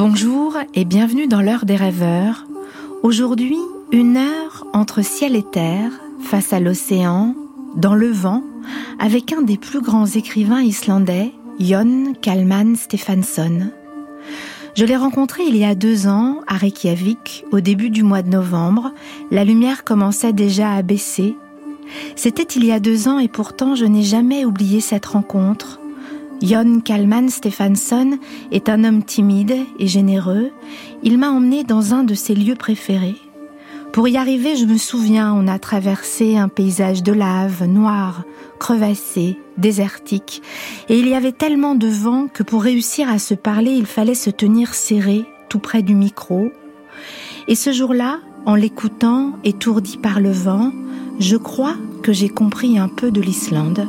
Bonjour et bienvenue dans l'heure des rêveurs. Aujourd'hui, une heure entre ciel et terre, face à l'océan, dans le vent, avec un des plus grands écrivains islandais, Jón Kalman Stefánsson. Je l'ai rencontré il y a 2 ans à Reykjavik, au début du mois de novembre. La lumière commençait déjà à baisser. C'était il y a 2 ans et pourtant je n'ai jamais oublié cette rencontre. Jón Kalman Stefánsson est un homme timide et généreux. Il m'a emmené dans un de ses lieux préférés. Pour y arriver, je me souviens, on a traversé un paysage de lave, noir, crevassé, désertique. Et il y avait tellement de vent que pour réussir à se parler, il fallait se tenir serré, tout près du micro. Et ce jour-là, en l'écoutant, étourdi par le vent, je crois que j'ai compris un peu de l'Islande.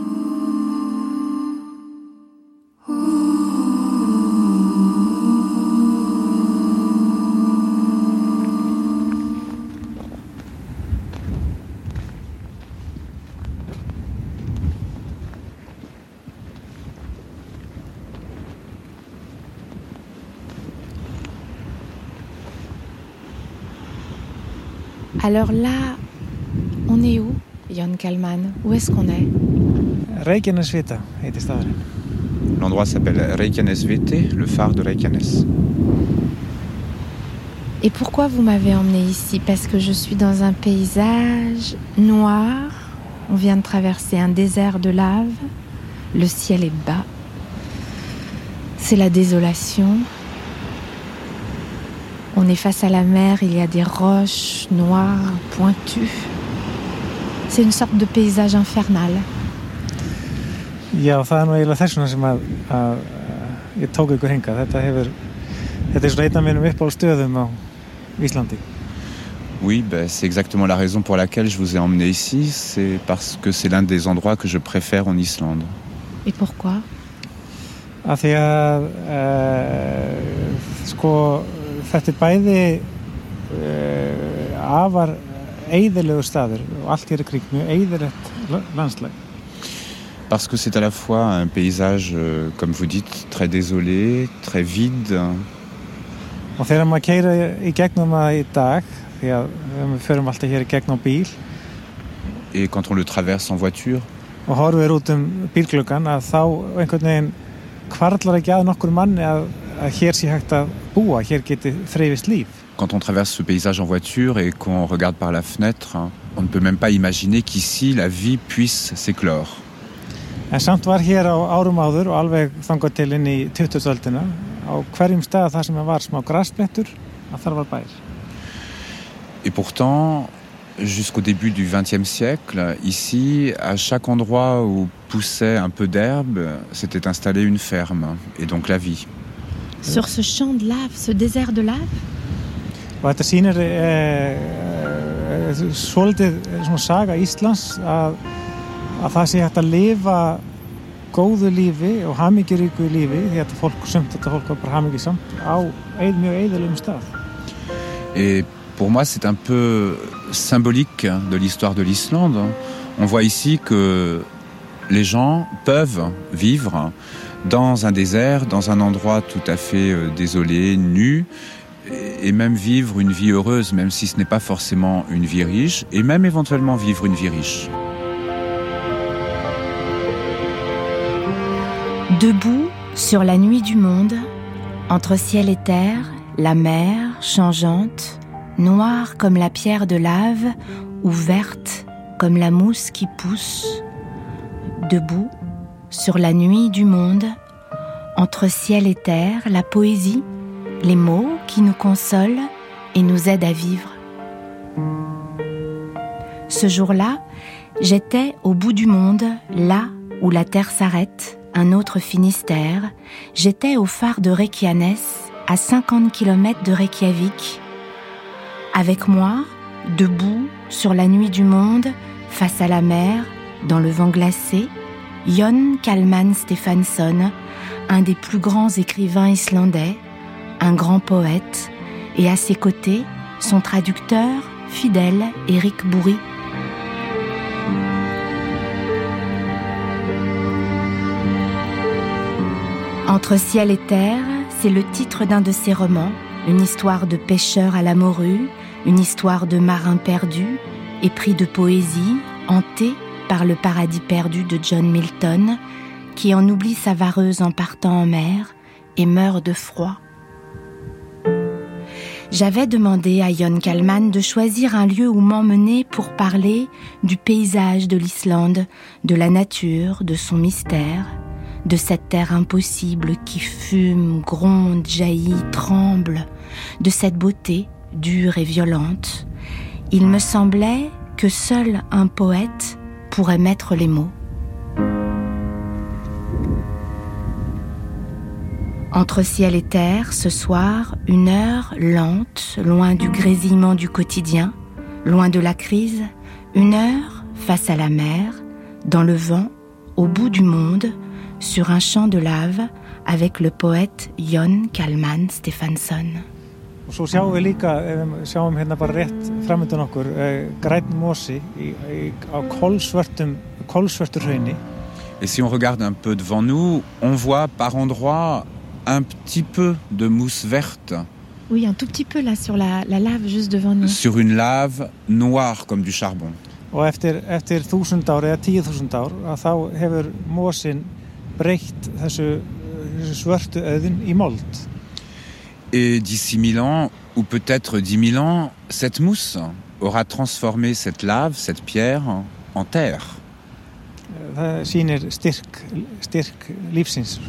Alors là, on est où, Jón Kalman? Où est-ce qu'on est? Reykjanesvita heitir staðurinn. L'endroit s'appelle Reykjanesviti, le phare de Reykjanes. Et pourquoi vous m'avez emmené ici? Parce que je suis dans un paysage noir. On vient de traverser un désert de lave. Le ciel est bas. C'est la désolation. On est face à la mer, il y a des roches noires, pointues. C'est une sorte de paysage infernal. Já, það nú eiginlega þessuna sem að ég tók ykkur hingað. Þetta svona einn af mínum uppáhaldsstöðum á Íslandi. Oui, c'est exactement la raison pour laquelle je vous ai emmené ici. C'est parce que c'est l'un des endroits que je préfère en Islande. Et pourquoi? Af því að þetta bæði afar eyðilegur staður og allt hér í kring mjög eyðilegt landslag. Parce que c'est à la fois un paysage, comme vous dites, très désolé, très vide. Og þegar maður keyrir í gegnum það í dag, því að við förum alltaf hér í gegnum bíl. Et quand on le traverse en voiture. Og horfir út bílgluggann að þá einhvern veginn hvarflar ekki að nokkur manni að hér sé hægt að búa, hér geti þrifist líf. Quand on traverse ce paysage en voiture et qu'on regarde par la fenêtre, on ne peut même pas imaginer qu'ici la vie puisse s'éclore. En samt var hér á árum áður og alveg þangað til inn í 20. öldina á hverjum stað þar sem var smá grasblettur að þar var bær. Et pourtant, jusqu'au début du XXe siècle, ici, à chaque endroit où poussait un peu d'herbe, s'était installée une ferme, et donc la vie. Sur ce champ de lave, ce désert de lave? Og þetta sýnir svolítið svona saga Íslands að það sé hægt að lifa góðu lífi og hamingjuríku lífi því að þetta fólk var bara hamingjusamt á mjög eyðilegum stað. Et pour moi, c'est un peu symbolique de l'histoire de l'Islande. On voit ici que les gens peuvent vivre dans un désert, dans un endroit tout à fait désolé, nu, et même vivre une vie heureuse, même si ce n'est pas forcément une vie riche, et même éventuellement vivre une vie riche. Debout sur la nuit du monde, entre ciel et terre, la mer changeante, noire comme la pierre de lave ou verte comme la mousse qui pousse. Debout sur la nuit du monde, entre ciel et terre, la poésie, les mots qui nous consolent et nous aident à vivre. Ce jour-là, j'étais au bout du monde, là où la terre s'arrête, un autre Finistère. J'étais au phare de Reykjanes, à 50 km de Reykjavik. Avec moi, debout sur la nuit du monde, face à la mer, dans le vent glacé, Jón Kalman Stefánsson, un des plus grands écrivains islandais, un grand poète, et à ses côtés, son traducteur fidèle Erik Búri. Entre ciel et terre, c'est le titre d'un de ses romans, une histoire de pêcheur à la morue, une histoire de marin perdu, épris de poésie, hanté par le paradis perdu de John Milton, qui en oublie sa vareuse en partant en mer et meurt de froid. J'avais demandé à Jón Kalman de choisir un lieu où m'emmener pour parler du paysage de l'Islande, de la nature, de son mystère, de cette terre impossible qui fume, gronde, jaillit, tremble, de cette beauté dure et violente. Il me semblait que seul un poète pourrait mettre les mots. Entre ciel et terre, ce soir, une heure lente, loin du grésillement du quotidien, loin de la crise, une heure face à la mer, dans le vent, au bout du monde, sur un champ de lave, avec le poète Jón Kalman Stefánsson. Og svo sjáum við líka, sjáum hérna bara rétt framöndan okkur, grænn mosi á kolsvörtu hrauni. Et si on regarde un peu devant nous, on voit par endroits un petit peu de mousse verte. Oui, un tout petit peu là sur la lave juste devant nous. Sur une lave noire comme du charbon. Og eftir 1000 ár eða 10.000 ár, þá hefur mosin breytt þessu svörtu auðn í mold. Et d'ici 1000 ans, ou peut-être 10 000 ans, cette mousse aura transformé cette lave, cette pierre, en terre. Það sýnir styrk lífsins.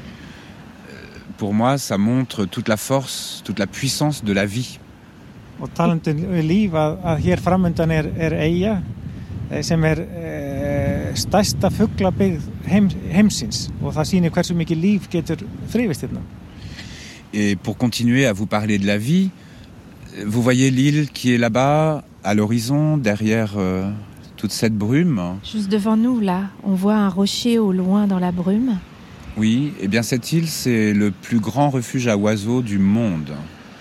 Pour moi, ça montre toute la force, toute la puissance de la vie. Og talandi líf að hér framöndan eyja sem stærsta fuglabyggð heimsins og það sýnir hversu mikið líf getur þrifist hérna. Et pour continuer à vous parler de la vie, vous voyez l'île qui est là-bas, à l'horizon, derrière toute cette brume. Juste devant nous, là, on voit un rocher au loin dans la brume. Oui, eh bien cette île, c'est le plus grand refuge à oiseaux du monde.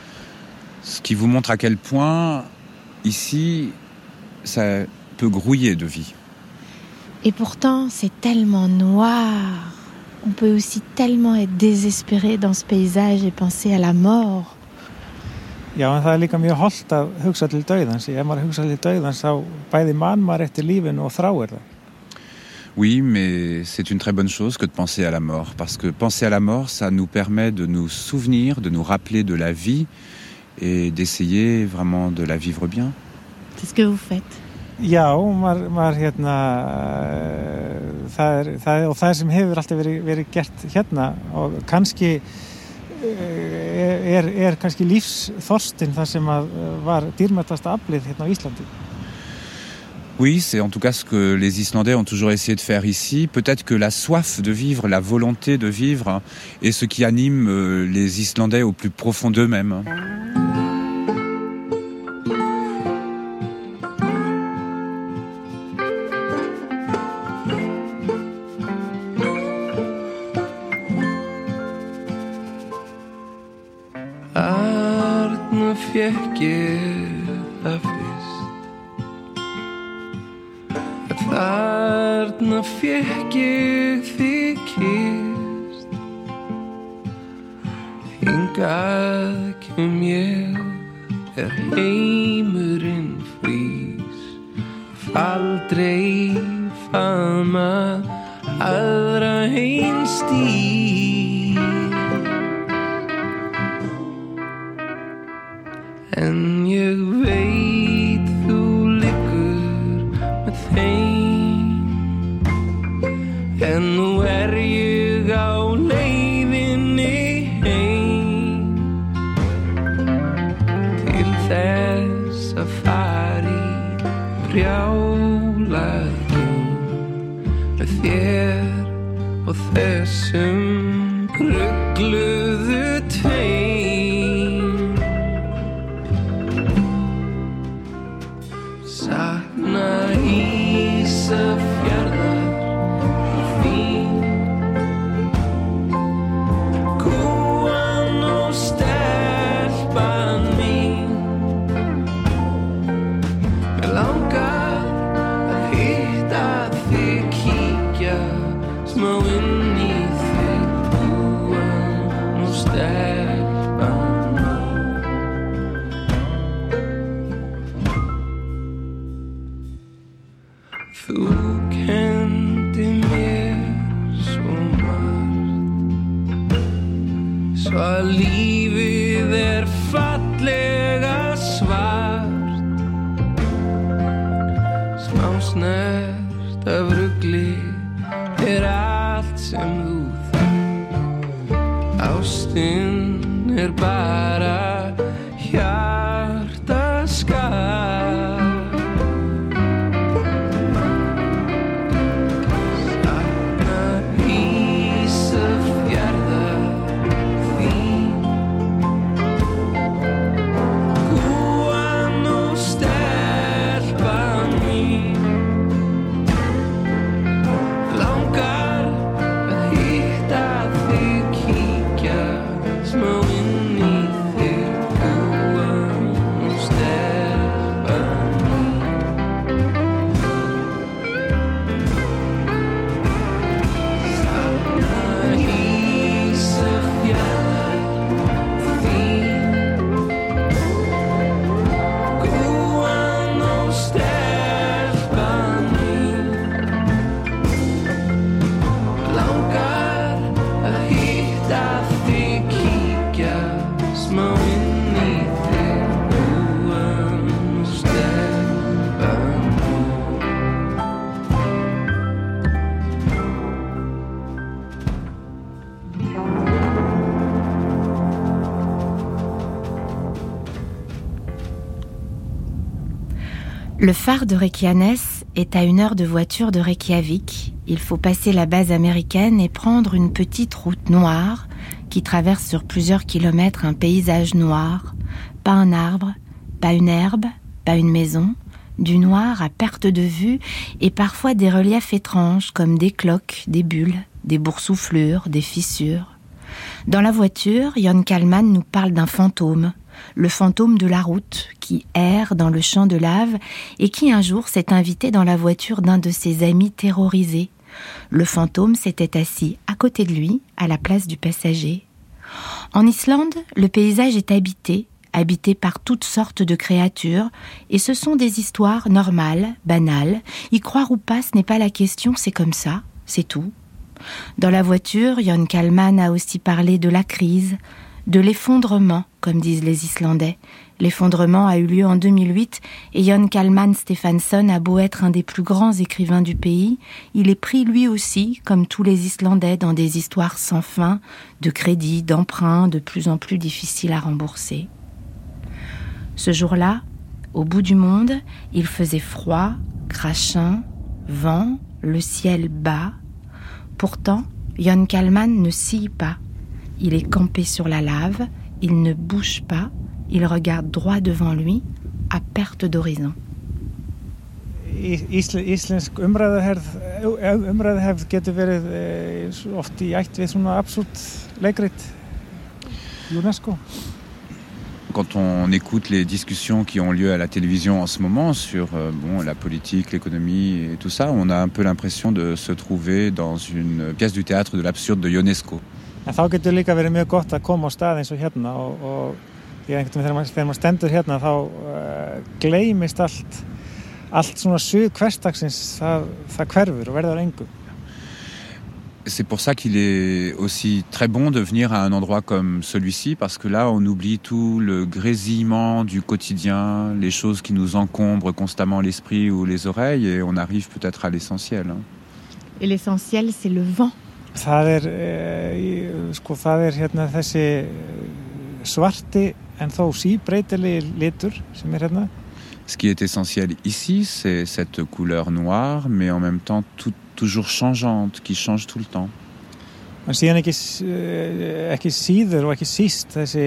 Ce qui vous montre à quel point, ici, ça peut grouiller de vie. Et pourtant, c'est tellement noir. On peut aussi tellement être désespéré dans ce paysage et penser à la mort. Já, en það líka mjög hollt að hugsa til dauðans. Ef maður hugsa til dauðans, þá bæði man maður eftir lífinu og þráir það. Oui, mais c'est une très bonne chose que de penser à la mort. Parce que penser à la mort, ça nous permet de nous souvenir, de nous rappeler de la vie et d'essayer vraiment de la vivre bien. C'est ce que vous faites. Já, maður hérna, það sem hefur alltaf verið gert hérna og kannski kannski lífsþorstin það sem var dýrmætasta aflið hérna á Íslandi. Oui, c'est en tout cas ce que les Islandais ont toujours essayé de faire ici. Peut-être que la soif de vivre, la volonté de vivre est ce qui anime les Islandais au plus profond d'eux-mêmes. Fékk ég það fyrst Þarna fékk ég þig kyrst Hingað kem ég heimurinn frýs Aldrei faðma aðra eins stíl En ég veit þú liggur með þeim En nú ég á leiðinni heim Til þess að fara í brjálæðum Með þér og þessum rugluðu tveim Sakna Ísafjarðar og þín Kúan og stelpan mín Mig langar að hitta þig kíkja smá inn í þig Kúan og stelpan Þú kenndi mér svo margt, svo að lífið fallega svart. Smá snert af rugli allt sem þú þarft. Ástin bara hjartaskar. Le phare de Reykjanes est à 1 heure de voiture de Reykjavik. Il faut passer la base américaine et prendre une petite route noire qui traverse sur plusieurs kilomètres un paysage noir. Pas un arbre, pas une herbe, pas une maison. Du noir à perte de vue et parfois des reliefs étranges comme des cloques, des bulles, des boursouflures, des fissures. Dans la voiture, Jón Kalman nous parle d'un fantôme. Le fantôme de la route qui erre dans le champ de lave et qui un jour s'est invité dans la voiture d'un de ses amis terrorisés. Le fantôme s'était assis à côté de lui, à la place du passager. En Islande, le paysage est habité par toutes sortes de créatures, et ce sont des histoires normales, banales. Y croire ou pas, ce n'est pas la question, c'est comme ça, c'est tout. Dans la voiture, Jón Kalman a aussi parlé de la crise, de l'effondrement, comme disent les Islandais. L'effondrement a eu lieu en 2008 et Jón Kalman Stefánsson a beau être un des plus grands écrivains du pays, il est pris lui aussi, comme tous les Islandais, dans des histoires sans fin, de crédits, d'emprunts de plus en plus difficiles à rembourser. Ce jour-là, au bout du monde, il faisait froid, crachin, vent, le ciel bas. Pourtant, Jón Kalman ne scie pas. Il est campé sur la lave, il ne bouge pas, il regarde droit devant lui, à perte d'horizon. Íslensk umræðuhefð getur verið oft í ætt við svona absúrt leikrit UNESCO. Quand on écoute les discussions qui ont lieu à la télévision en ce moment sur la politique, l'économie et tout ça, on a un peu l'impression de se trouver dans une pièce du théâtre de l'absurde de Ionesco. En þá getur líka verið mjög gott að koma á stað eins og hérna og því einhvern veginn þegar maður stendur hérna þá gleymist allt svona suð hversdagsins það hverfur og verður engu. C'est pour ça qu'il est aussi très bon de venir à un endroit comme celui-ci, parce que là, on oublie tout le grésillement du quotidien, les choses qui nous encombrent constamment l'esprit ou les oreilles, et on arrive peut-être à l'essentiel. Et l'essentiel, c'est le vent. Það er hérna þessi svarti en þó síbreytilegi litur sem hérna. Ce qui est essentiel ici, c'est cette couleur noire, mais en même temps toujours changeante, qui change tout le temps. En síðan ekki síður og ekki síst þessi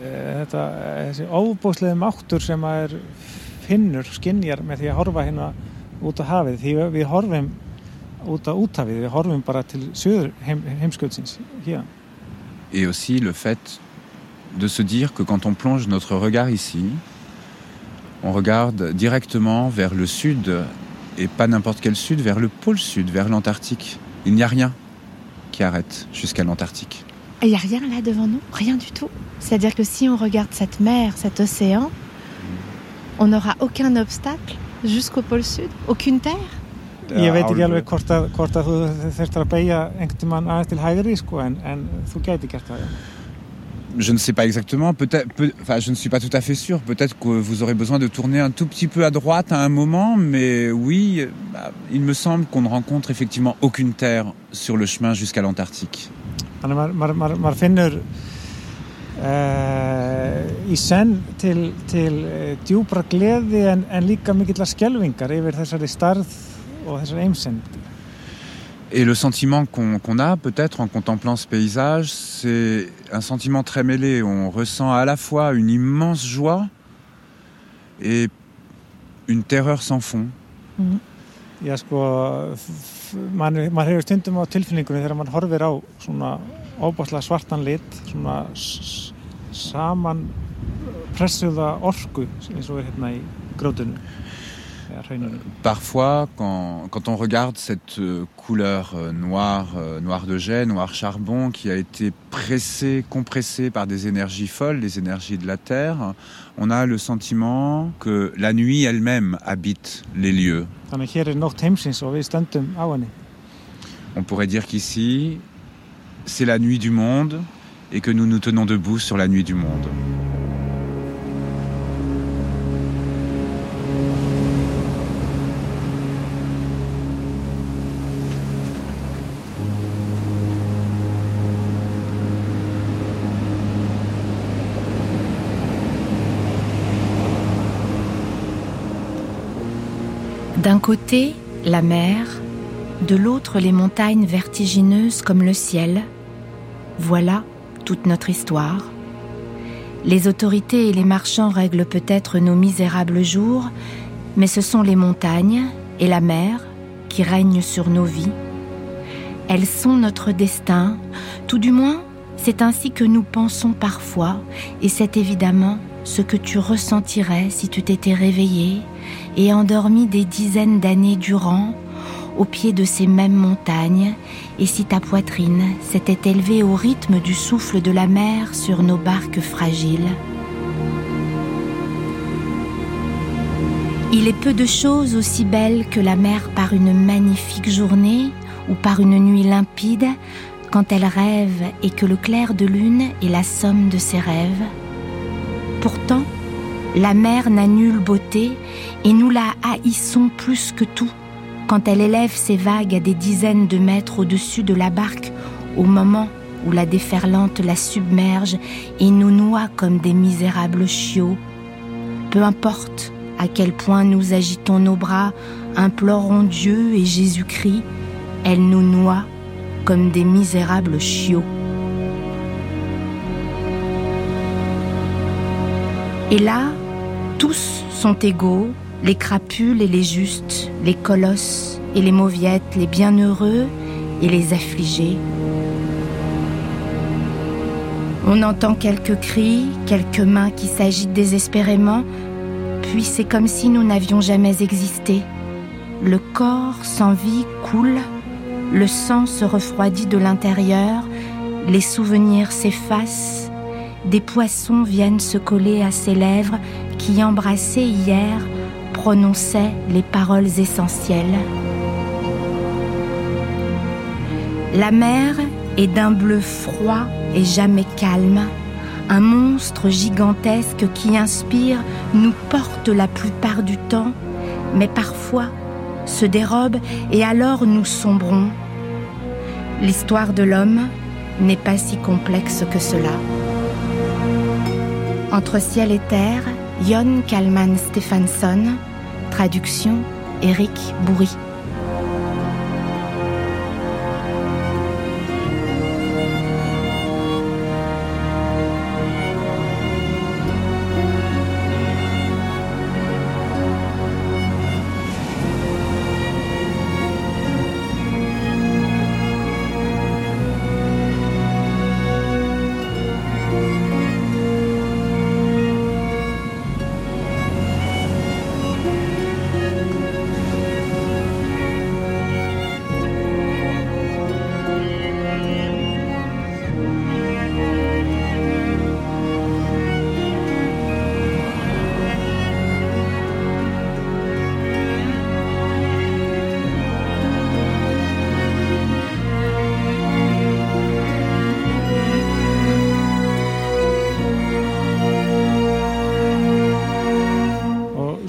óbúslega máttur sem maður finnur, skynjar með því að horfa hérna út á hafið. Því við horfum út á úthafið, við horfum bara til suður heimskautsins hér. Et aussi le fait de se dire que quand on plonge notre regard ici, on regarde directement vers le sud, et pas n'importe quel sud, vers le pôle sud, vers l'Antarctique. Il n'y a rien qui arrête jusqu'à l'Antarctique. Il n'y a rien là devant nous, rien du tout. C'est-à-dire que si on regarde cette mer, cet océan, on n'aura aucun obstacle jusqu'au pôle sud, aucune terre. Ég veit ekki alveg hvort að þú þurftir að beygja einhvern tímann aðeins til hægri, sko, en þú gæti gert það, já. Je ne sais pas exactement, je ne suis pas tout à fait sûr. Peut-être que vous aurez besoin de tourner un tout petit peu à droite à un moment, mais oui, il me semble qu'on ne rencontre effectivement aucune terre sur le chemin jusqu'à l'Antarctique. Þannig að maður finnur í senn til djúpra gleði en líka mikillar skelfingar yfir þessari stærð og þessari eimsemd. Et le sentiment qu'on a peut-être en contemplant ce paysage, c'est un sentiment très mêlé. On ressent à la fois une immense joie et une terreur sans fond. Já, sko, maður hefur stundum á tilfinningunni þegar maður horfir á svona óbærslega svartan lit, svona saman pressuða orku eins og hérna í grjótinu. Parfois, quand on regarde cette couleur noire de jet, noir charbon, qui a été compressée par des énergies folles, les énergies de la Terre, on a le sentiment que la nuit elle-même habite les lieux. On pourrait dire qu'ici, c'est la nuit du monde et que nous nous tenons debout sur la nuit du monde. D'un côté, la mer, de l'autre, les montagnes vertigineuses comme le ciel. Voilà toute notre histoire. Les autorités et les marchands règlent peut-être nos misérables jours, mais ce sont les montagnes et la mer qui règnent sur nos vies. Elles sont notre destin, tout du moins, c'est ainsi que nous pensons parfois, et c'est évidemment ce que tu ressentirais si tu t'étais réveillé et endormi des dizaines d'années durant au pied de ces mêmes montagnes, et si ta poitrine s'était élevée au rythme du souffle de la mer sur nos barques fragiles. Il est peu de choses aussi belles que la mer par une magnifique journée ou par une nuit limpide, quand elle rêve et que le clair de lune est la somme de ses rêves. Pourtant, la mer n'a nulle beauté et nous la haïssons plus que tout quand elle élève ses vagues à des dizaines de mètres au-dessus de la barque au moment où la déferlante la submerge et nous noie comme des misérables chiots. Peu importe à quel point nous agitons nos bras, implorons Dieu et Jésus-Christ, elle nous noie comme des misérables chiots. Et là, tous sont égaux, les crapules et les justes, les colosses et les mauviettes, les bienheureux et les affligés. On entend quelques cris, quelques mains qui s'agitent désespérément, puis c'est comme si nous n'avions jamais existé. Le corps sans vie coule, le sang se refroidit de l'intérieur, les souvenirs s'effacent, des poissons viennent se coller à ses lèvres qui, embrassées hier, prononçaient les paroles essentielles. La mer est d'un bleu froid et jamais calme. Un monstre gigantesque qui inspire nous porte la plupart du temps, mais parfois se dérobe et alors nous sombrons. L'histoire de l'homme n'est pas si complexe que cela. Entre ciel et terre, Jon Kalman Stephansson, traduction Éric Bourri.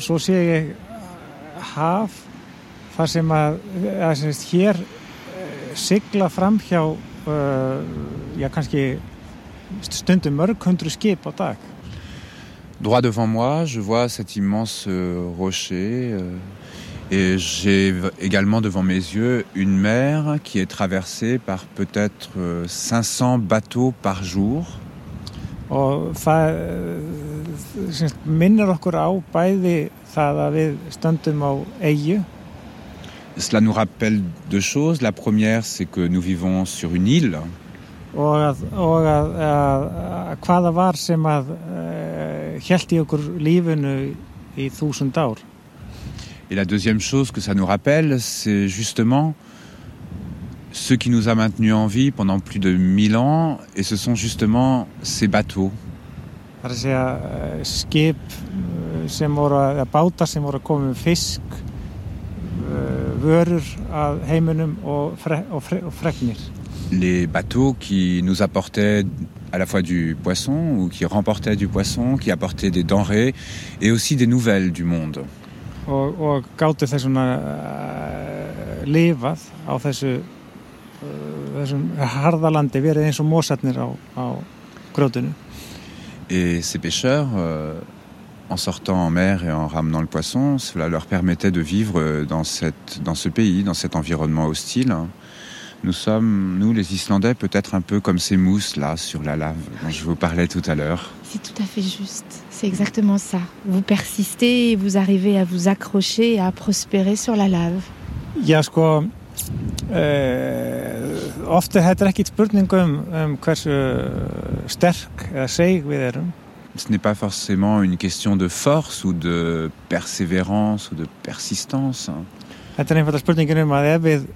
svo sé ég haf þar sem að hér sigla fram hjá kannski stundum mörg hundruð skip á dag. Droit devant moi, je vois cet immense rocher et j'ai également devant mes yeux une mer qui est traversée par peut-être 500 bateaux par jour. Og það minnir okkur á bæði það að við stöndum á eyju. Cela nous rappelle deux choses. La première, c'est que nous vivons sur une île. Og að hvaða var sem að hélt í okkur lífinu í 1000 ár. Et la deuxième chose que ça nous rappelle, c'est justement ce qui nous a maintenus en vie pendant plus de 1000 ans, et ce sont justement ces bateaux. Það að segja skip sem voru, eða bátar sem voru að koma með fisk, vörur að heiminum og fregnir. Les bateaux qui nous apportaient à la fois du poisson, ou qui remportaient du poisson, qui apportaient des denrées, et aussi des nouvelles du monde. Og gátu þessuna lifað á þessum harðalandi, verið eins og mosarnir á grjótinu. Et ces pêcheurs, en sortant en mer et en ramenant le poisson, cela leur permettait de vivre dans ce pays, dans cet environnement hostile. Nous sommes, nous les Islandais, peut-être un peu comme ces mousses là sur la lave dont je vous parlais tout à l'heure. C'est tout à fait juste, c'est exactement ça. Vous persistez et vous arrivez à vous accrocher et à prospérer sur la lave. Já, sko, ofta þetta ekki spurning hversu sterk eða seig við erum. Ce n'est pas forcément une question de force ou de persévérance ou de persistance. Þetta einfalda spurningin að ef við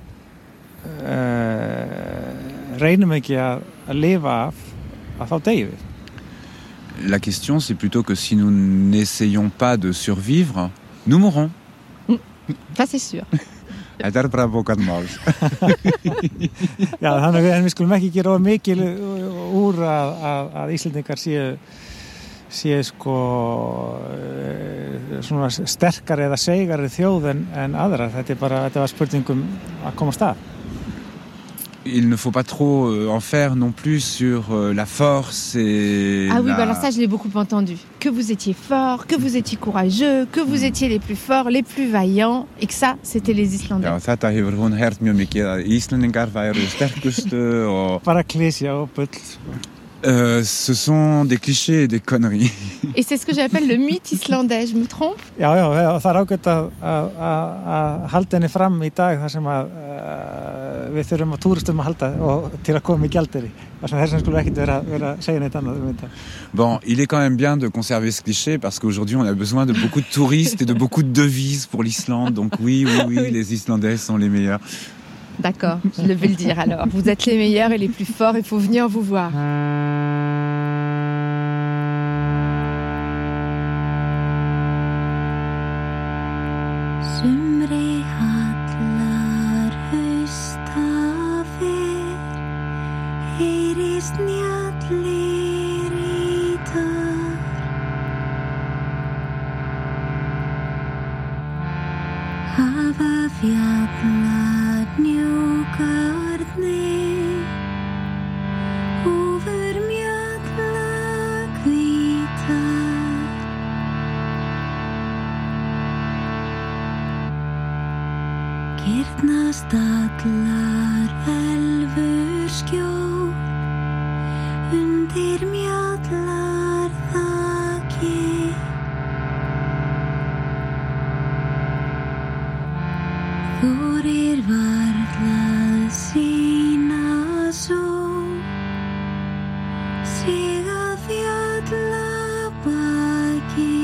reynum ekki að lifa af, að þá deyjum við. La question, c'est plutôt que si nous n'essayons pas de survivre, nous mourrons. Ça, c'est sûr. Þetta bara bókarmál. Já, þannig að við skulum ekki gera mikil úr að Íslendingar séu sko svona sterkari eða seigari þjóð en aðrar. Þetta var spurningum að komast að. Il ne faut pas trop en faire non plus sur la force et Ah oui, alors ça je l'ai beaucoup entendu. Que vous étiez fort, que vous étiez courageux, que vous étiez les plus forts, les plus vaillants, et que ça, c'était les Islandais. Já, þetta hefur hún heyrt mjög mikið að Íslendingar væru sterkustu og... Bara klísja og bull. Ce sont des clichés et des conneries. Et c'est ce que j'appelle le mythe islandais, je me trompe? Já, það ágætt að halda henni fram í dag þar sem að við þurfum að túristum að halda og til að koma í gjaldeyri. Þess vegna skulum ekkert vera að segja neitt annað um þetta. Bon, il est quand même bien de conserver ce cliché parce qu'aujourd'hui on a besoin de beaucoup de touristes et de beaucoup de devises pour l'Islande. Donc oui, les Islandais sont les meilleurs. D'accord, je vais le dire alors. Vous êtes les meilleurs et les plus forts, il faut venir vous voir. Sumri hallar haustafir, heyrist njallir í dag. Hafa fjallar hnjúkarnir, húfur mjalla hvítar. Girnast allar elfur skjól, undir mjallar þaki. Þorir varla að sýna sól, sig að fjalla baki.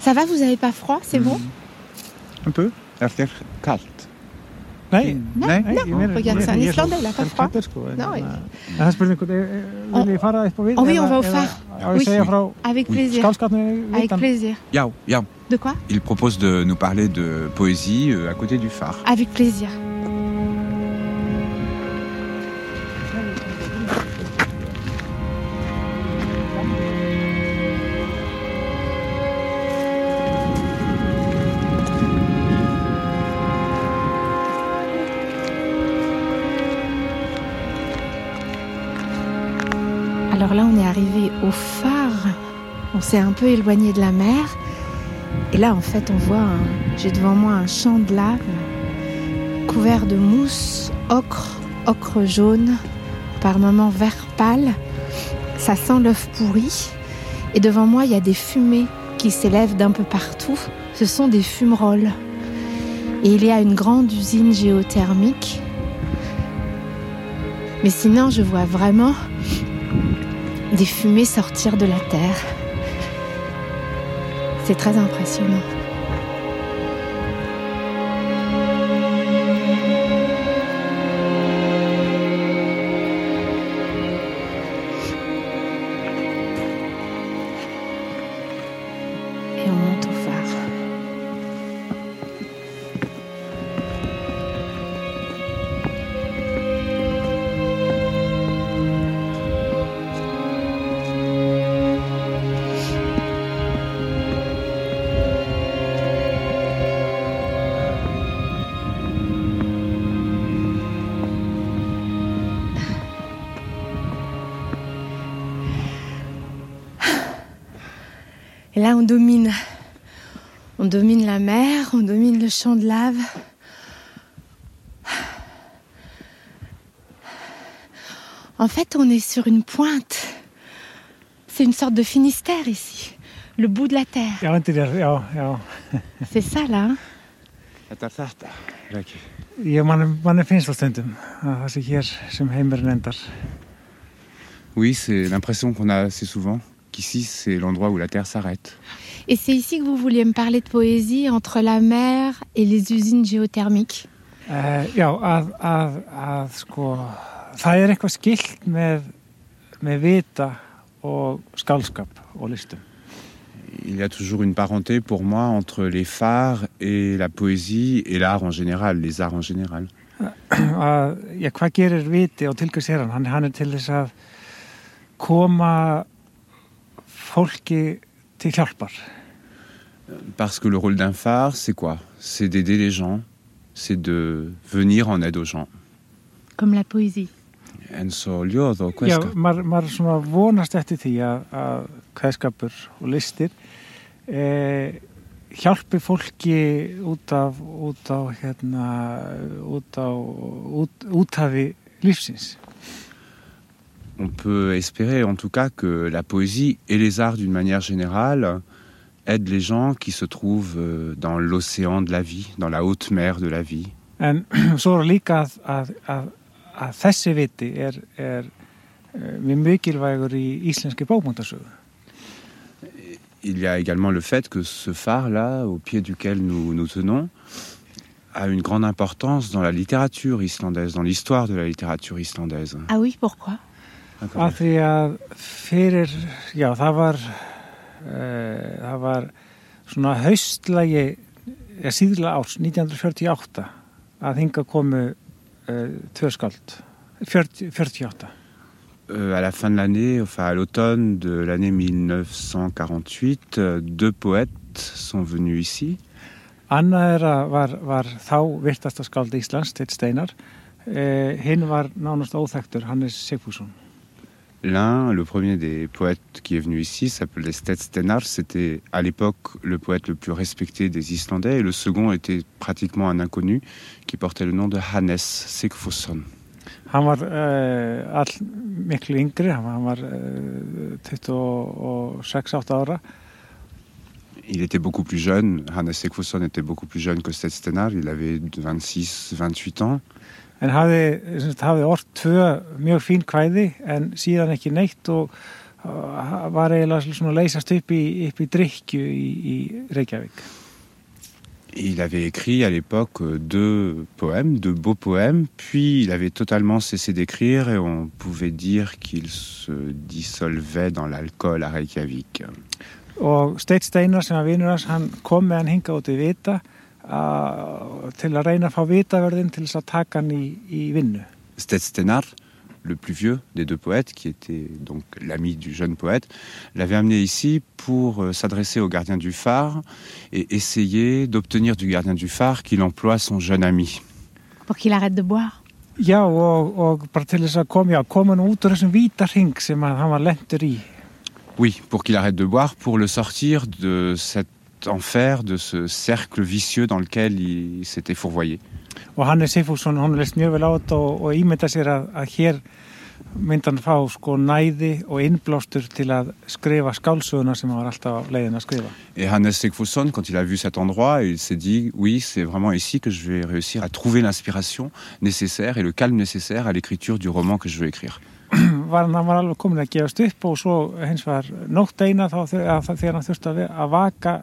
Ça va, vous avez pas froid, c'est bon? Un peu. Er kallt. Nei, Non, Nei, regarde, c'est un Islandais, il a pas froid. Non, oui. það er spurning, vil ég fara upp á við? Oh oui, on va au phare. Á ég Oui. segja frá Avec plaisir. skálskapnum Avec vitan? plaisir. Yao, yao. De quoi? Il propose de nous parler de poésie à côté du phare. Avec plaisir. Alors là, on est arrivé au phare. On s'est un peu éloigné de la mer. Et là, en fait, on voit, j'ai devant moi un champ de lave couvert de mousse, ocre jaune, par moments vert pâle. Ça sent l'œuf pourri. Et devant moi, il y a des fumées qui s'élèvent d'un peu partout. Ce sont des fumerolles. Et il y a une grande usine géothermique. Mais sinon, je vois vraiment des fumées sortir de la terre. C'est très impressionnant. Et on monte au phare. Et là, on domine la mer, on domine le champ de lave. En fait, on est sur une pointe. C'est une sorte de Finistère ici, le bout de la terre. Já, undir þér, já. C'est ça là, hein? Þetta þetta, Raki. Manni finnst það stundum að það sé hér sem heimurinn endar. Oui, c'est l'impression qu'on a assez souvent qu'ici, c'est l'endroit où la terre s'arrête. Et c'est ici que vous vouliez me parler de poésie entre la mer et les usines géothermiques. Já, að sko, það er eitthvað skylt með vita og skálskap og listum. Il y a toujours une parenté pour moi entre les phares et la poésie et l'art en général, les arts en général. Já, hvað gerir viti og til hvers er hann? Hann er til þess að koma fólki til hjálpar. Parce que le rôle d'un phare, c'est quoi? C'est d'aider les gens, c'est de venir en aide aux gens. Comme la poésie. En svo ljóð og Já, kveðskap. maður svona vonast eftir því að kveðskapur og listir hjálpi fólki út af lífsins. On peut espérer en tout cas que la poésie et les arts d'une manière générale aident les gens qui se trouvent dans l'océan de la vie, dans la haute mer de la vie. En svo er líka að þessi viti er mjög mikilvægur í íslenski bókmenntasögu. Il y a également le fait que ce phare-là, au pied duquel nous tenons, a une grande importance dans la littérature islandaise, dans l'histoire de la littérature islandaise. Ah oui, pourquoi? Af því að fyrir, já, það var svona haustlægi, síðla árs 1948 að hingað komu tvö skáld, 48. À la fin de l'année, enfin à l'automne de l'année 1948, deux poètes sont venus ici. Annað var þá virtasta skáld Íslands, Steinn Steinar. Hinn var nánast óþekktur, Hannes Sigfússon. L'un, le premier des poètes qui est venu ici, s'appelait Steinn Steinar. C'était à l'époque le poète le plus respecté des Islandais. Et le second était pratiquement un inconnu qui portait le nom de Hannes Sigfússon. Hann var all miklu yngri, hann var 26-8 ára. Il était beaucoup plus jeune. Hannes Sigfússon était beaucoup plus jeune que Steinn Steinar. Il avait 26-28 ans. En hafði ort tvö mjög fín kvæði en síðan ekki neitt og var eiginlega svona leysast upp í drykkju í Reykjavík. Il avait écrit à l'époque 2 poèmes, 2 beaux poèmes, puis il avait totalement cessé d'écrire et on pouvait dire qu'il se dissolvait dans l'alcool à Reykjavik. Og Steinn Steinar sem var vinur hans, hann kom með hann hingað út í Vita til að reyna að fá Vitaverðin til þess að taka hann í vinnu. Steinn Steinar, le plus vieux des 2 poètes, qui était donc l'ami du jeune poète, l'avait amené ici pour s'adresser au gardien du phare et essayer d'obtenir du gardien du phare qu'il emploie son jeune ami. Pour qu'il arrête de boire. Já, og bara til þess að koma hann út úr þessum vítarhing sem hann var lentur í. Oui, pour qu'il arrête de boire, pour le sortir de cet enfer, de ce cercle vicieux dans lequel il s'était fourvoyé. Og Hannes Sigfússon, hann leist mjög vel á þetta og ímynda sér að hér myndi hann fá næði og innblástur til að skrifa skáldsöguna sem hann var alltaf á leiðin að skrifa. Et Hannes Sigfússon, quand il a vu cet endroit, il s'est dit, oui, c'est vraiment ici que je vais réussir à trouver l'inspiration nécessaire et le calme nécessaire à l'écriture du roman que je veux écrire. Hann var alveg komin að gefast upp og svo hins var nótt eina þegar hann þurfti að vaka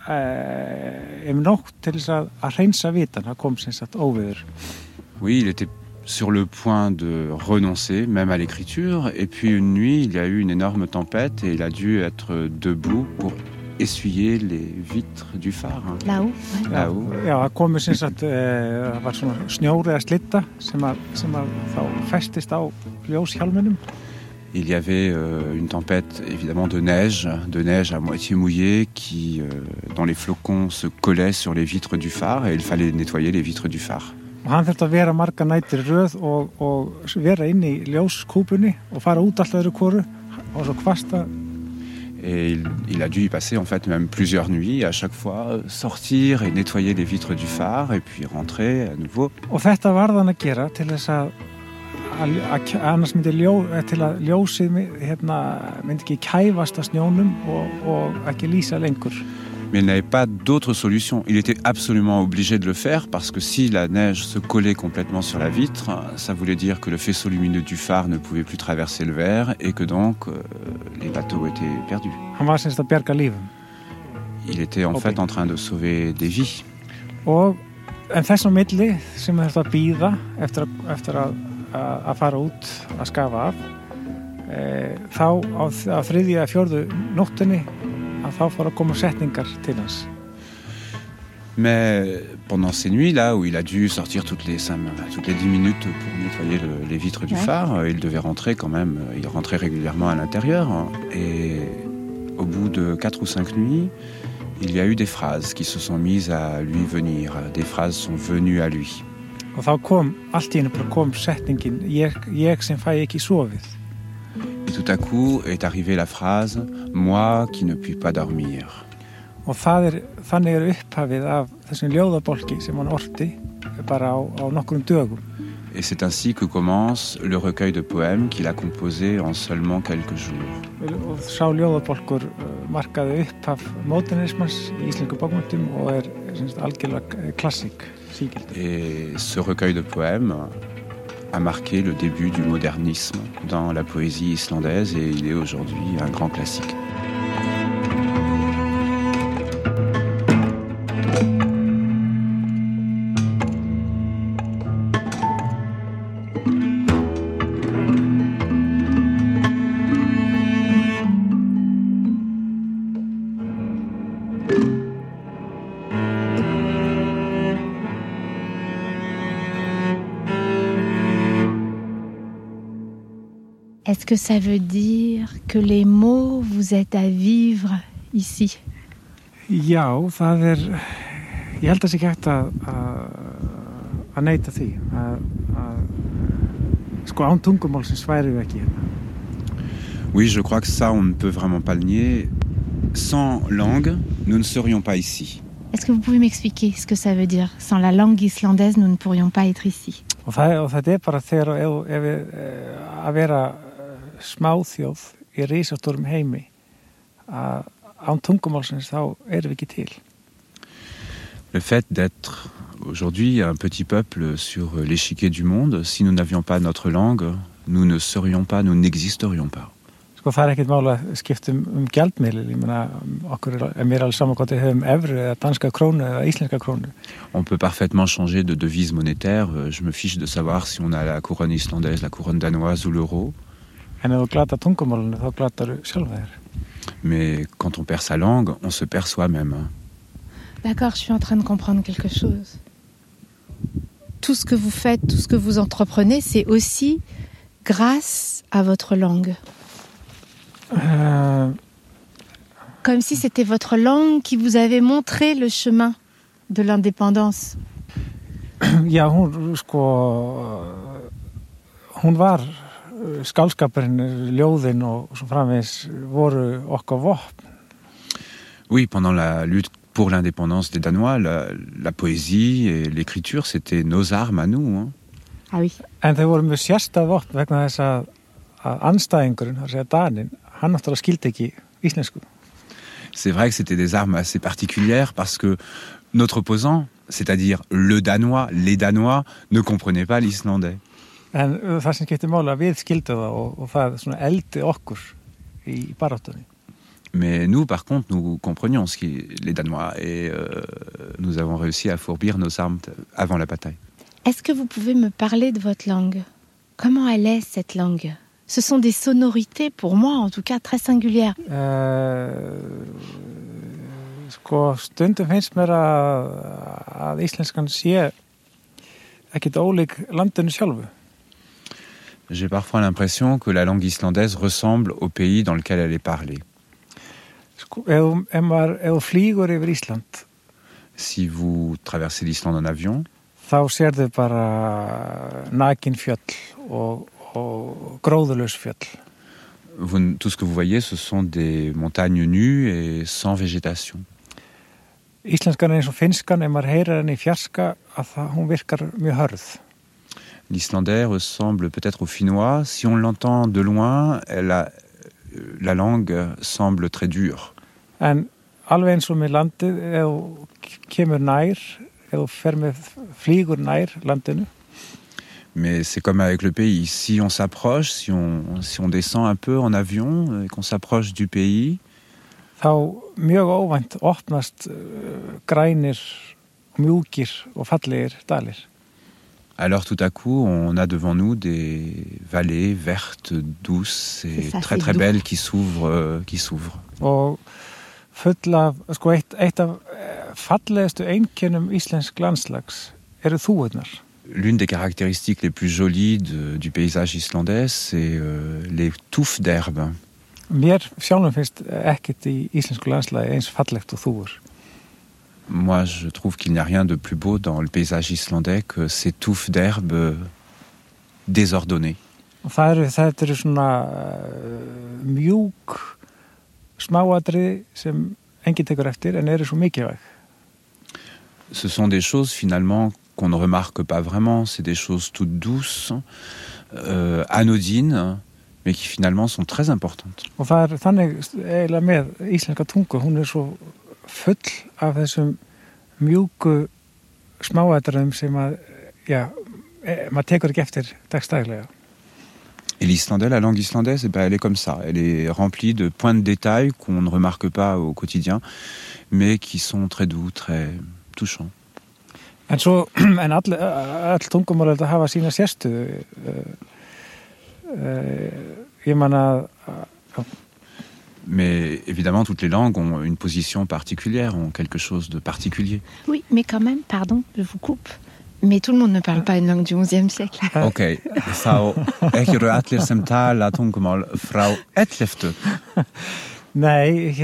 nótt til þess að hreinsa vitan, það kom sem sagt óveður. Oui, il était sur le point de renoncer même à l'écriture et puis une nuit, il y a eu une énorme tempête et il a dû être debout pour essuyer les vitres du phare. Là-haut? Là-haut. Já, það komi sem sagt það var svona snjór eða slitta sem að þá festist á ljóshjálminum. Il y avait une tempête évidemment de neige à moitié mouillée qui, dont les flocons se collaient sur les vitres du phare et il fallait nettoyer les vitres du phare. Og hann þurfti að vera marga nætur röð og vera inn í ljóskúpunni og fara út alltaf öðru hvoru og svo hvasta. Et il a dû y passer en fait même plusieurs nuits, à chaque fois sortir et nettoyer les vitres du phare et puis rentrer à nouveau. Og þetta varð hann að gera til þess að annars myndi til að ljósið myndi ekki kæfast að snjónum og ekki lýsa lengur. Mais il n'avait pas d'autre solution. Il était absolument obligé de le faire parce que si la neige se collait complètement sur la vitre, ça voulait dire que le faisceau lumineux du phare ne pouvait plus traverser le verre et que donc les bateaux étaient perdus. Hann var semst að bjarga lífum. Il était en fait en train de sauver des vies. En þess á milli sem þurfti að bíða eftir að fara út að skafa af þá á 3. eða 4. nóttinni að þá fór að koma setningar til hans. Mais pendant ces nuits-là, où il a dû sortir toutes les 10 minutes pour nettoyer les vitres du phare, il devait rentrer quand même, il rentrait régulièrement à l'intérieur. Et au bout de 4 ou 5 nuits, il y a eu des phrases qui se sont mises à lui venir. Des phrases sont venues à lui. Og þá allt í einu kom setningin, ég sem fæ ekki sofið. Et tout à coup est arrivée la phrase « Moi qui ne puis pas dormir ». Og þannig upphafið af þessum ljóðabálki sem hann orti bara á nokkrum dögum. Et c'est ainsi que commence le recueil de poèmes qu'il a composé en seulement quelques jours. Og sá ljóðabálkur markaði upphaf módernismans í íslensku bókmenntum og algjörlega klassík. Et ce recueil de poèmes a marqué le début du modernisme dans la poésie islandaise et il est aujourd'hui un grand classique. Est-ce que ça veut dire que les mots vous aident à vivre ici? Já, það ég held að sé ekki hægt að neita því sko án tungumálsins værum við ekki hérna. Oui, je crois que ça, on ne peut vraiment pas le nier. Sans langue, nous ne serions pas ici. Est-ce que vous pouvez m'expliquer ce que ça veut dire? Sans la langue islandaise, nous ne pourrions pas être ici. Og þetta bara þegar ef að vera smáþjóð í risastórum heimi án tungumálsins þá erum við ekki til. Le fait d'être aujourd'hui un petit peuple sur l'échiquier du monde, si nous n'avions pas notre langue, nous ne serions pas, nous n'existerions pas. Sko það ekkert mál að skipta gjaldmiðil. Ég meina, okkur mér alveg saman hvort við höfum evru eða danska krónu eða íslenska krónu. On peut parfaitement changer de devise monétaire. Je me fiche de savoir si on a la couronne islandaise, la couronne danoise ou l'euro. En ef þú glata tungumálinu, þá glataru sjálfa þér. Mais quand on perd sa langue, on se perd soi-même. D'accord, je suis en train de comprendre quelque chose. Tout ce que vous faites, tout ce que vous entreprenez, c'est aussi grâce à votre langue. Comme si c'était votre langue qui vous avait montré le chemin de l'indépendance. Já, hún var skálskapurinn, ljóðin og svo framvegis voru okkar vopn. Oui, pendant la lutte pour l'indépendance des Danois, la poésie et l'écriture, c'était nos armes à nous. Hein. Ah oui. En þau voru mjög sérstæð vopn vegna þess að andstæðingurinn, það segja Daninn, hann náttúrulega skildi ekki íslensku. C'est vrai que c'était des armes assez particulières parce que notre opposant, c'est-à-dire le Danois, les Danois, ne comprenaient pas l'islandais. En það sem skiptir máli að við skildum það og það svona eldi okkur í baráttunni. Mais nous, par contre, nous comprenions les Danois et nous avons réussi à fourbir nos armes avant la bataille. Est-ce que vous pouvez me parler de votre langue? Comment elle est, cette langue? Ce sont des sonorités, pour moi en tout cas, très singulières. Sko, stundum finnst mér að íslenskan sé ekkert ólík landinu sjálfu. J'ai parfois l'impression que la langue islandaise ressemble au pays dans lequel elle est parlée. Sko, ef þú flýgur yfir Ísland, Si vous traversez l'Islande en avion, þá sérðu bara nakin fjöll og gróðurlaus fjöll. tout ce que vous voyez, ce sont des montagnes nues et sans végétation. Íslenskan eins og finnskan, ef maður heyrir henni í fjarska, hún virkar mjög hörð. L'islandais ressemble peut-être au finnois. Si on l'entend de loin, la langue semble très dure. En alveg eins og með landið, ef þú kemur nær, ef þú fer með flýgur nær landinu, Mais c'est comme avec le pays. Si on s'approche, si on descend un peu en avion et qu'on s'approche du pays, þá mjög óvænt opnast grænir, mjúkir og fallegir dalir. alors tout à coup, on a devant nous des vallées vertes, douces et C'est ça, très c'est très doux. belles qui s'ouvrent. Og full af, sko, eitt af fallegustu einkennum íslensk landslags eru þúfurnar. L'une des caractéristiques les plus jolies du paysage islandais, c'est les touffes d'herbe. Mér sjálfum finnst ekkert í íslensku landslagi eins fallegt og þúfur. Moi, je trouve qu'il n'y a rien de plus beau dans le paysage islandais que ces touffes d'herbe désordonnées. Og það eru svona mjúk smáatriði sem enginn tekur eftir en eru svo mikilvæg. Ce sont des choses finalement qu'on ne remarque pas vraiment, c'est des choses toutes douces, anodines, mais qui finalement sont très importantes. Og það þannig eiginlega með íslenska tungu, hún svo full af þessum mjúku smáatriðum sem maður tekur ekki eftir dagstaglega. Et l'islandais, la langue islandaise, elle est comme ça. Elle est remplie de points de détail qu'on ne remarque pas au quotidien, mais qui sont très doux, très touchants. En all tungumál þetta hafa sína sérstöðu. Ég man að Mais évidemment, toutes les langues ont une position particulière, ont quelque chose de particulier. Oui, mais quand même, pardon, je vous coupe. Mais tout le monde ne parle pas une langue du XIe siècle. Ok, þá ekki eru allir sem tala tungumál frá 11. Nei,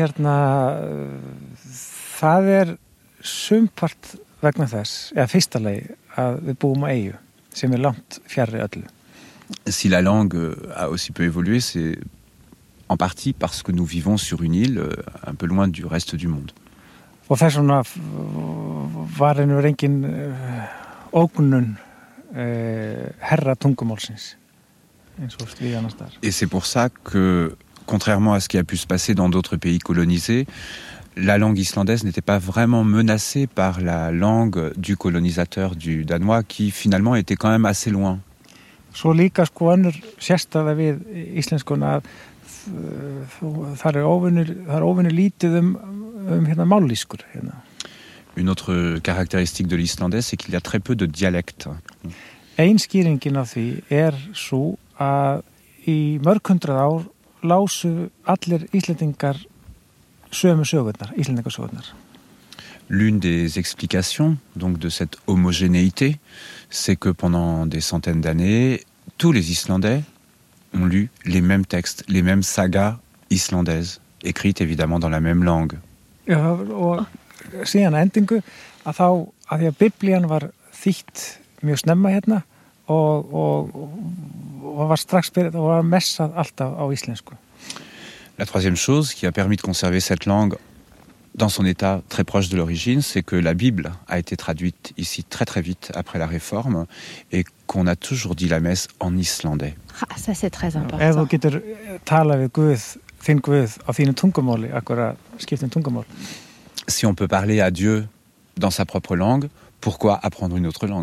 það sumpart vegna þess, eða fyrsta lagi, að við búum á eyju sem langt fjarri öllu. Si la langue a aussi peu évolué, c'est en partie parce que nous vivons sur une île un peu loin du reste du monde. Og þess vegna var engin ógnun herra tungumálsins eins og við annars þar. Et c'est pour ça que, contrairement à ce qui a pu se passer dans d'autres pays colonisés, la langue islandaise n'était pas vraiment menacée par la langue du colonisateur du danois qui finalement était quand même assez loin. Svo líka önnur sérstæða við íslenskuna að það óvenju lítið hérna mállýskur hérna. Une autre caractéristique de l'islandais, c'est qu'il y a très peu de dialectes. Ein skýringin á því sú að í mörg hundrað ár lásu allir Íslendingar sömu sögurnar, Íslendingasögurnar. L'une des explications donc de cette homogénéité, c'est que pendant des centaines d'années, tous les Islandais ont lu les mêmes textes, les mêmes sagas islandaises, écrites évidemment dans la même langue. Já, og síðan að endingu að því að Biblían var þýtt mjög snemma hérna og var strax byrjað og var messað alltaf á íslensku. La troisième chose qui a permis de conserver cette langue dans son état très proche de l'origine, c'est que la Bible a été traduite ici très très vite après la Réforme et qu'on a toujours dit la messe en islandais. Ah, ça c'est très important. Ef þú getur talað við Guð, þinn Guð á þínu tungumáli, akkur skiptum tungumál. Si on peut parler à Dieu dans sa propre langue, pourquoi apprendre une autre langue ?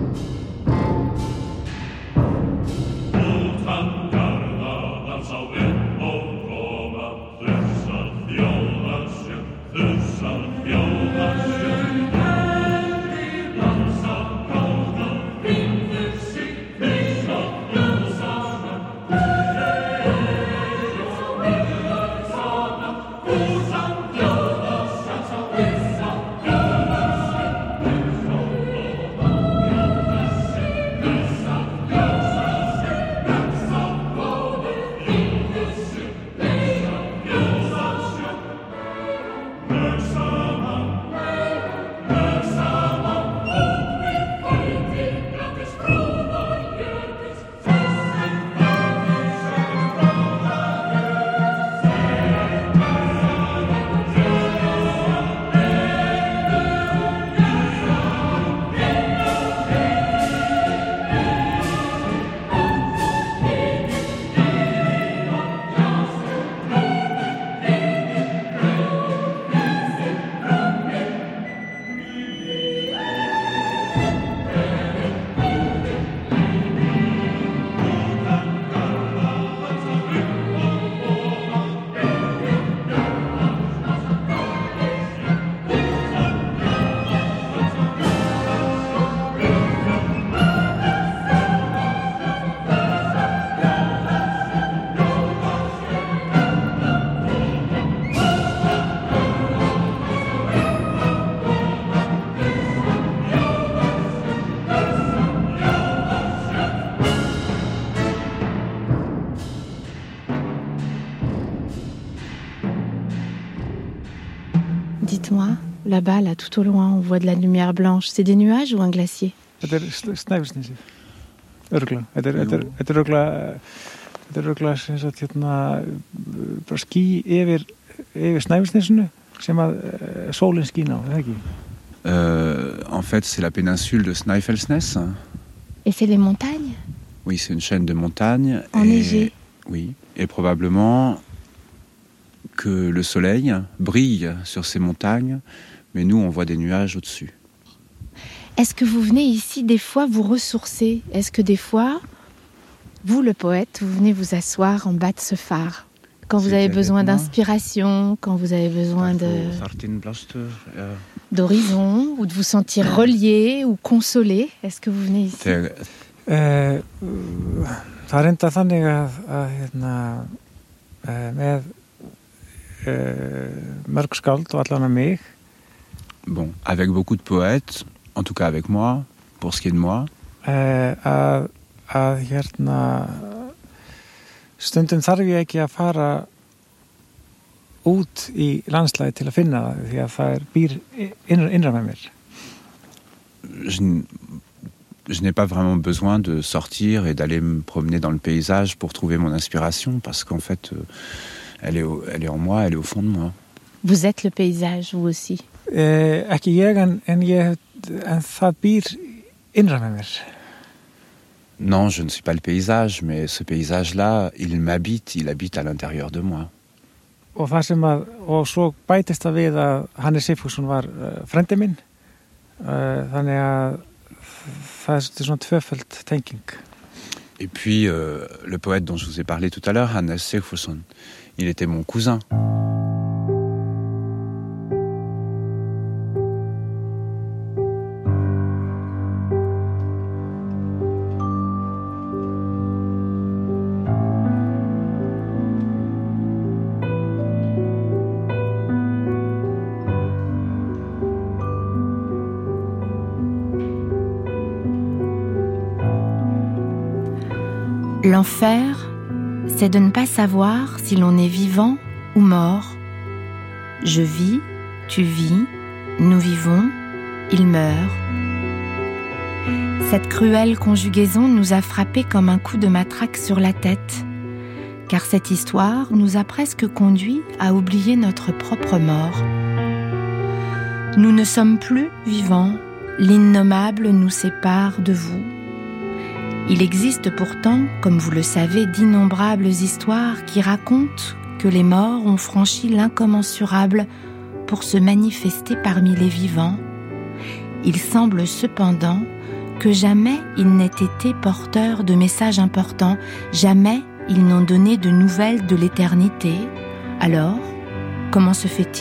Dites-moi, là-bas, là, tout au loin, on voit de la lumière blanche. C'est des nuages ou un glacier? Þetta Snæfellsnesið. Örugglega. Þetta er örugglega sem sagt hérna bara ský yfir Snæfellsnesinu sem að sólin skín á, er það ekki? En fait, c'est la péninsule de Snæfellsnes. Et c'est les montagnes? Oui, c'est une chaîne de montagnes. Enneigées. Oui, et probablement que le soleil brille sur ces montagnes, mais nous, on voit des nuages au-dessus. Est-ce que vous venez ici des fois vous ressourcer? Est-ce que des fois, vous, le poète, vous venez vous asseoir en bas de ce phare? Quand vous avez besoin d'inspiration, quand vous avez besoin d'horizon, ou de vous sentir relié ou consolé, est-ce que vous venez ici? Það enda þannig að hérna með mörg skáld og allan að mig. Bon, avec beaucoup de poètes, en tout cas avec moi, pour ce qui est de moi. Að hérna stundum þarf ég ekki að fara út í landslagið til að finna það, því að það býr innra með mér. Je n'ai pas vraiment besoin de sortir et d'aller me promener dans le paysage pour trouver mon inspiration, parce qu'en fait, elle est en moi, elle est au fond de moi. Vous êtes le paysage, vous aussi? Ekki ég, en það býr innra með mér. Non, je ne suis pas le paysage, mais ce paysage-là, il m'habite, il habite à l'intérieur de moi. Og það sem og svo bætist það við að Hannes Sigfússon var frendi minn, þannig að það er svona tvöföld tenging. Et puis, le poète dont je vous ai parlé tout à l'heure, Hannes Sigfusson, il était mon cousin. L'enfer, c'est de ne pas savoir si l'on est vivant ou mort. Je vis, tu vis, nous vivons, il meurt. Cette cruelle conjugaison nous a frappés comme un coup de matraque sur la tête, car cette histoire nous a presque conduits à oublier notre propre mort. Nous ne sommes plus vivants, l'innommable nous sépare de vous. Il existe pourtant, comme vous le savez, d'innombrables histoires qui racontent que les morts ont franchi l'incommensurable pour se manifester parmi les vivants. Il semble cependant que jamais ils n'aient été porteurs de messages importants, jamais ils n'ont donné de nouvelles de l'éternité. Alors, comment se fait-il ?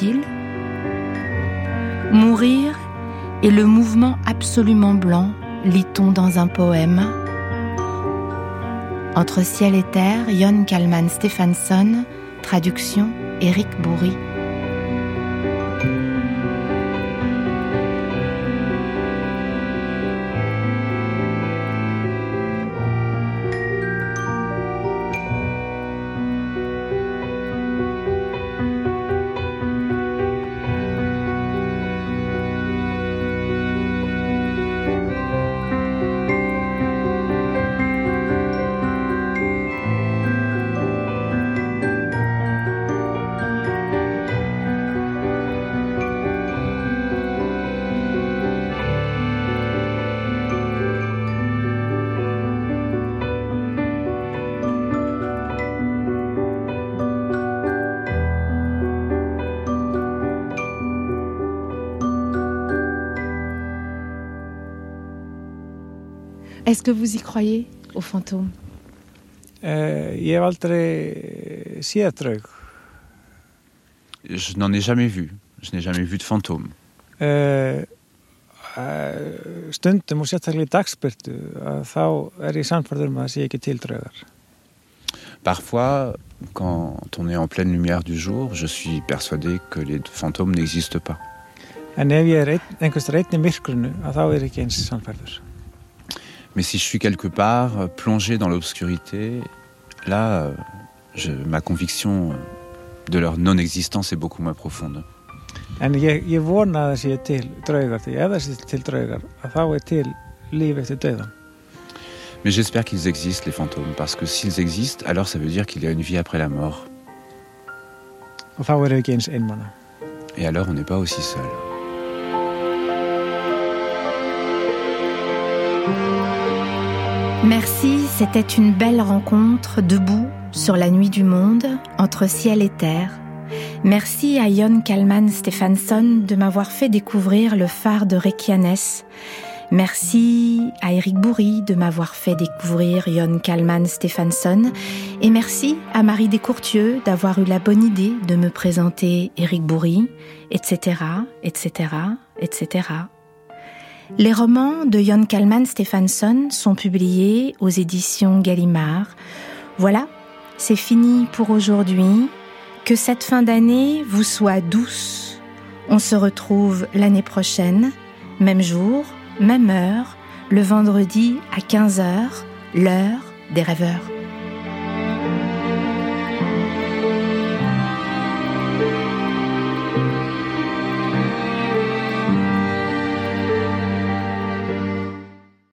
Mourir est le mouvement absolument blanc, lit-on dans un poème. Entre ciel et terre, Jón Kalman Stefánsson, traduction Éric Bourri. Est-ce que vous y croyez aux fantômes? Ég hef aldrei séð draug. Je n'en ai jamais vu. Je n'ai jamais vu de fantôme. Stundum og sérstaklega í dagsbirtu þá ég sannfærður að það sé ekki til draugar. Parfois, quand on est en pleine lumière du jour, je suis persuadé que les fantômes n'existent pas. En ef ég einhvers staðar einn í myrkrinu þá ég ekki eins sannfærður. Mais si je suis quelque part plongé dans l'obscurité, là, ma conviction de leur non-existence est beaucoup moins profonde. En ég vona að það sé til draugar, því ef það sé til draugar, þá til líf eftir dauðan. Mais j'espère qu'ils existent, les fantômes, parce que s'ils existent, alors ça veut dire qu'il y a une vie après la mort. Og þá við ekki eins einmana. Et alors on n'est pas aussi seul. Merci, c'était une belle rencontre debout sur la nuit du monde, entre ciel et terre. Merci à Jón Kalman Stefánsson de m'avoir fait découvrir le phare de Reykjanes. Merci à Éric Bourri de m'avoir fait découvrir Jón Kalman Stefánsson. Et merci à Marie Descourtieux d'avoir eu la bonne idée de me présenter Éric Bourri, etc., etc., etc. Les romans de Jón Kalman Stefánsson sont publiés aux éditions Gallimard. Voilà, c'est fini pour aujourd'hui. Que cette fin d'année vous soit douce. On se retrouve l'année prochaine, même jour, même heure, le vendredi à 15h, l'heure des rêveurs.